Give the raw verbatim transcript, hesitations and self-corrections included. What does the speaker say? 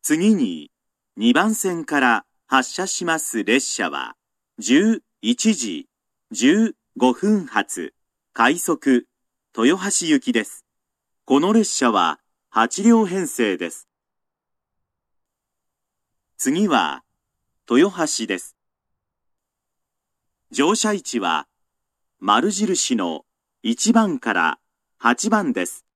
次ににばん線から発車します列車はじゅういちじじゅうごふん発快速豊橋行きです。この列車ははち両編成です。次は豊橋です。乗車位置は丸印のいちばんからはちばんです。